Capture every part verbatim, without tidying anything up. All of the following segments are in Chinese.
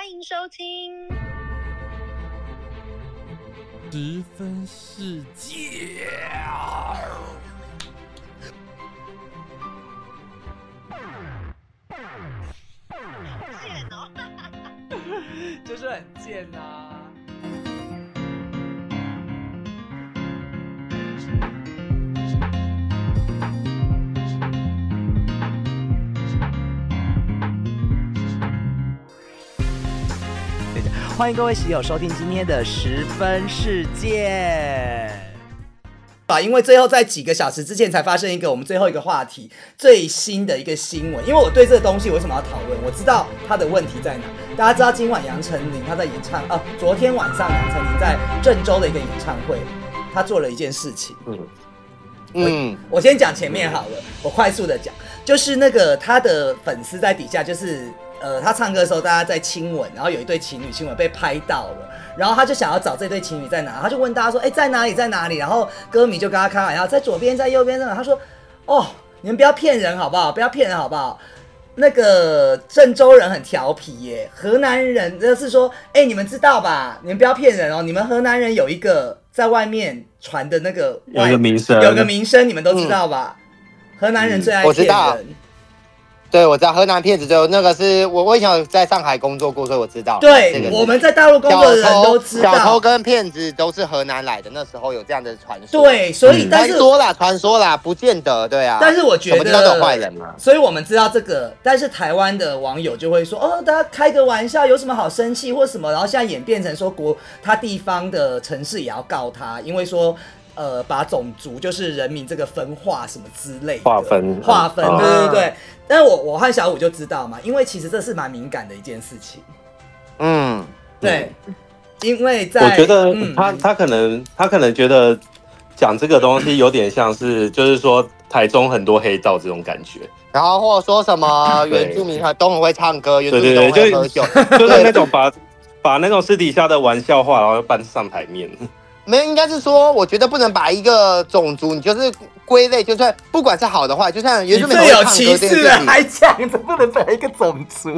欢迎收听十分世界。 贱哦， 就是很贱啊。欢迎各位喜友收听今天的十分世界。因为最后在几个小时之前才发生一个我们最后一个话题最新的一个新闻，因为我对这个东西为什么要讨论，我知道他的问题在哪。大家知道今晚杨丞琳他在演唱啊，昨天晚上杨丞琳在郑州的一个演唱会，他做了一件事情。嗯嗯，我先讲前面好了，我快速的讲，就是那个他的粉丝在底下就是。呃，他唱歌的时候，大家在亲吻，然后有一对情侣亲吻被拍到了，然后他就想要找这对情侣在哪，他就问大家说：“哎、欸，在哪里，在哪里？”然后歌迷就跟他开玩笑，在左边，在右边，在哪？他说：“哦，你们不要骗人好不好？不要骗人好不好？那个郑州人很调皮耶，河南人就是说，哎、欸，你们知道吧？你们不要骗人哦，你们河南人有一个在外面传的那个有个名声， 有个名声，你们都知道吧？嗯、河南人最爱骗人。” 对，我知道河南骗子就那个是我，我以前在上海工作过，所以我知道。 对， 这个我们在大陆工作的人都知道， 小偷跟骗子都是河南来的，那时候有这样的传说。 对，所以、嗯、但是传说啦，传说啦，不见得，对啊。 但是我觉得，什么叫做坏人嘛？所以我们知道这个，但是台湾的网友就会说，哦，大家开个玩笑，有什么好生气或什么？然后现在演变成说国他地方的城市也要告他，因为说。呃，把种族就是人民这个分化什么之类的划分划分，对对对。嗯、但是我我和小五就知道嘛，因为其实这是蛮敏感的一件事情。嗯，对，嗯、因为在我觉得他、嗯、他可能他可能觉得讲这个东西有点像是就是说台中很多黑道这种感觉， 然后或者说什么原住民都很会唱歌，原住民都很会喝酒， 就是那种把把那种私底下的玩笑话然后搬上台面。 没有，应该是说，我觉得不能把一个种族，你就是归类，就算不管是好的坏，就像原住民会唱歌这件事情，你最有歧视了， 还讲着不能把一个种族，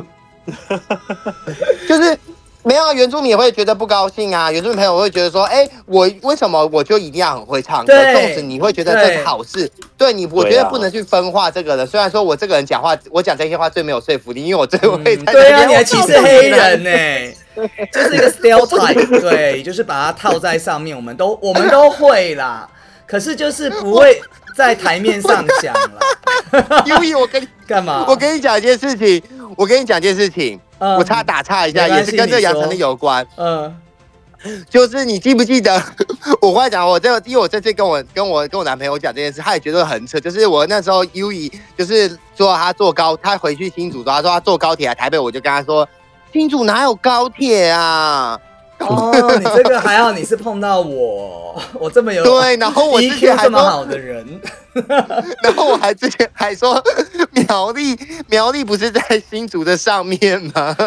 就是没有原住民也会觉得不高兴啊，原住民朋友会觉得说，哎、欸，我为什么我就一定要很会唱歌？纵使你会觉得这是好事，对你，我觉得不能去分化这个人。虽然说我这个人讲话，我讲这些话最没有说服力，因为我最会在、嗯、 对啊，你还歧视黑人呢、欸。就是一个 stereotype， 对，就是把它套在上面，我们都我们都会啦，可是就是不会在台面上讲啦。 因为我跟你干嘛？ 我跟你讲一件事情，我跟你讲一件事情，嗯、我插打岔一下，也是跟这个杨丞琳有关。嗯，就是你记不记得我后来讲，我这个，因为我这次跟我跟我跟我男朋友讲这件事，他也觉得很扯。就是我那时候 U 以就是说他坐高，他回去新竹，他说他坐高铁来台北，我就跟他说。新竹哪有高铁啊？ 哦，你这个还好，你是碰到我，我这么有对，然后我之前还这么好的人， 然后我还之前还说苗栗苗栗不是在新竹的上面吗？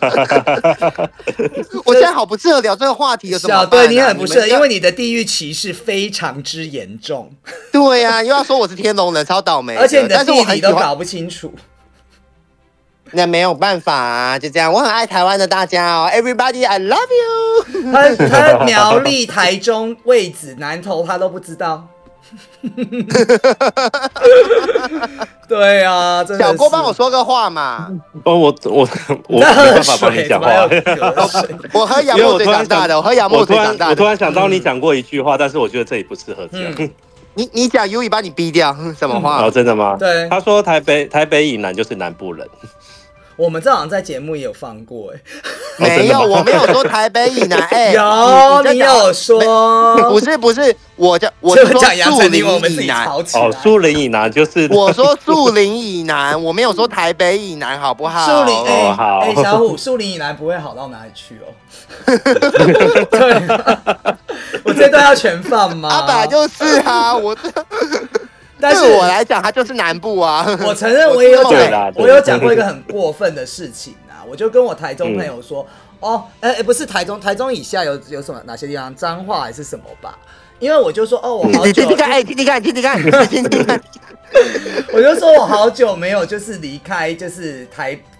我现在好不适合聊这个话题，有什么办、啊？ 对你很不适合，因为你的地域歧视非常之严重。 对呀、啊，又要说我是天龙人，超倒霉， 而且你的地理都搞不清楚。 那没有办法啊，就这样。我很爱台湾的大家哦 ，Everybody I love you 他。他苗栗、台中、位置、南投，他都不知道。对啊，真的小郭帮我说个话嘛。 哦，我我我没办法帮你讲话。 我喝洋墨水长大的，我喝洋墨水长大的。 我突然想到你讲过一句话，但是我觉得这里不适合讲。嗯你你讲 U 以把你逼掉什么话？ 哦，真的吗？ 对， 他说台北台北以南就是南部人。 我们这好像在节目也有放过哎、 欸，没有，我没有说台北以南，哎、欸， 有你, 你有说， 不是不是，我叫我是说树林以南， 哦，树林以南就是我说树林以南，我没有说台北以南，好不好？ 树林，哎、欸， 好， 哎、欸，小虎，树林以南不会好到哪里去哦。对，我这段要全放吗？ 啊，本来就是啊，我这。 但是对我来讲，它就是南部啊。 我承认我也有讲，我有讲过一个很过分的事情啊。我就跟我台中朋友说，嗯、哦，哎、欸，不是台中，台中以下有有什么哪些地方？彰化还是什么吧？因为我就说，哦，我好久， 你听听看，哎，听听看，听听看，听听看。 我就说我好久没有就是离开就是台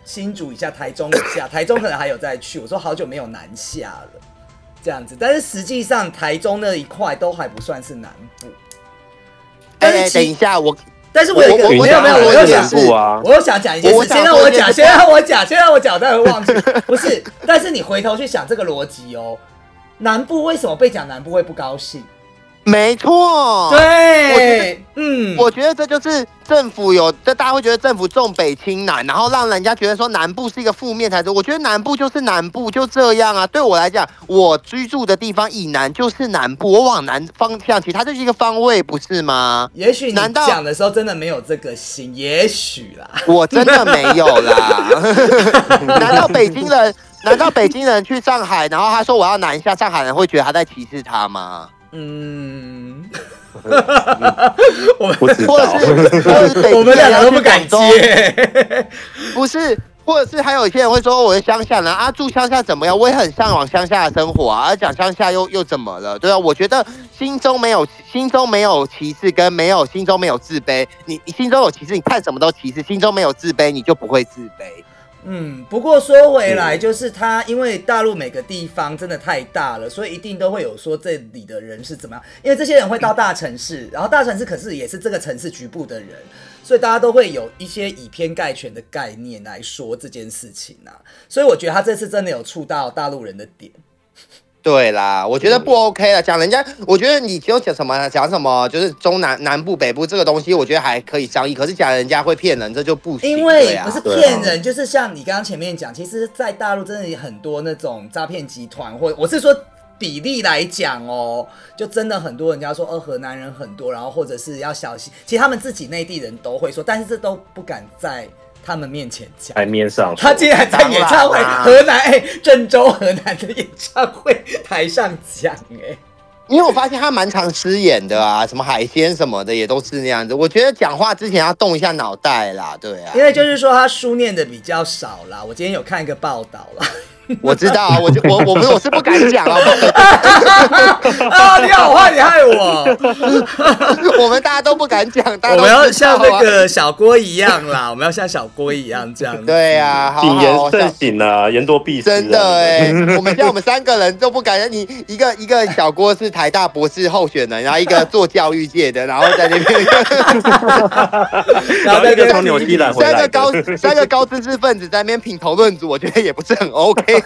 新竹一下，台中一下，台中可能还有再去。我说好久没有南下了，这样子。但是实际上台中那一块都还不算是南部。 但是、欸、等一下我。 但是我有一个我没有没有，我又想我又想讲一件事，先让我讲，先让我讲，先让我讲，我待会忘记。不是，但是你回头去想这个逻辑哦，南部为什么被讲南部会不高兴？ 没错， 对，嗯， 我觉得这就是政府有，这大家会觉得政府重北轻南，然后让人家觉得说南部是一个负面台词。我觉得南部就是南部，就这样啊。对我来讲，我居住的地方以南就是南部，我往南方向骑，它就是一个方位，不是吗？ 也许你讲的时候真的没有这个心，也许啦， 我真的没有啦。难道北京人？难道北京人去上海，然后他说我要南下，上海人会觉得他在歧视他吗？ 嗯， 我们不知道， 或者是，或者是北我们两个都不敢接， 不是，或者是还有一些人会说我是乡下人啊，住乡下怎么样？我也很向往乡下的生活啊，而讲乡下又又怎么了？对啊，我觉得心中没有心中没有歧视，跟没有心中没有自卑。你你心中有歧视，你看什么都歧视；心中没有自卑，你就不会自卑。 嗯，不过说回来，就是他因为大陆每个地方真的太大了，所以一定都会有说这里的人是怎么样。因为这些人会到大城市，然后大城市可是也是这个城市局部的人，所以大家都会有一些以偏概全的概念来说这件事情啊。所以我觉得他这次真的有触到大陆人的点。 对啦，我觉得不 OK 了。讲人家，我觉得你就讲什么讲什么，就是中南南部、北部这个东西，我觉得还可以商议。可是讲人家会骗人，这就不行。 因为不是骗人，就是像你刚刚前面讲，其实，在大陆真的很多那种诈骗集团，或我是说比例来讲哦，就真的很多人家说，哦，河南人很多，然后或者是要小心。其实他们自己内地人都会说，但是这都不敢在他们面前讲， 台面上， 他竟然在演唱会，河南哎、欸，郑州河南的演唱会台上讲哎、欸， 因为我发现他蛮常失言的啊，什么海鲜什么的也都是那样子。我觉得讲话之前要动一下脑袋啦，对啊， 因为就是说他书念的比较少啦。我今天有看一个报道啦。 我知道啊，我就我我不是我是不敢讲啊！ 啊，你好坏，你害我！ 我们大家都不敢讲， 我们要像那个小郭一样啦，我们要像小郭一样这样。 对啊， 谨言慎行啊，言多必失。 真的哎、欸，我们像我们三个人都不敢。你一个一个小郭是台大博士候选人，然后一个做教育界的，然后在那边， 然后一个从纽西兰回来的， 三个高三个高知识分子在那边品头论足，我觉得也不是很 OK。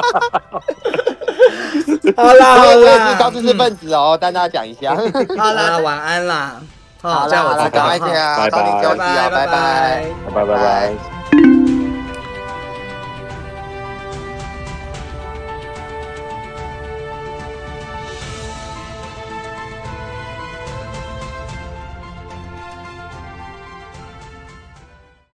好啦好啦， 我也是高知识分子哦，跟大家讲一下。 好啦，晚安啦。 好啦好啦，赶快这样，早点休息啊，拜拜， 拜拜拜拜。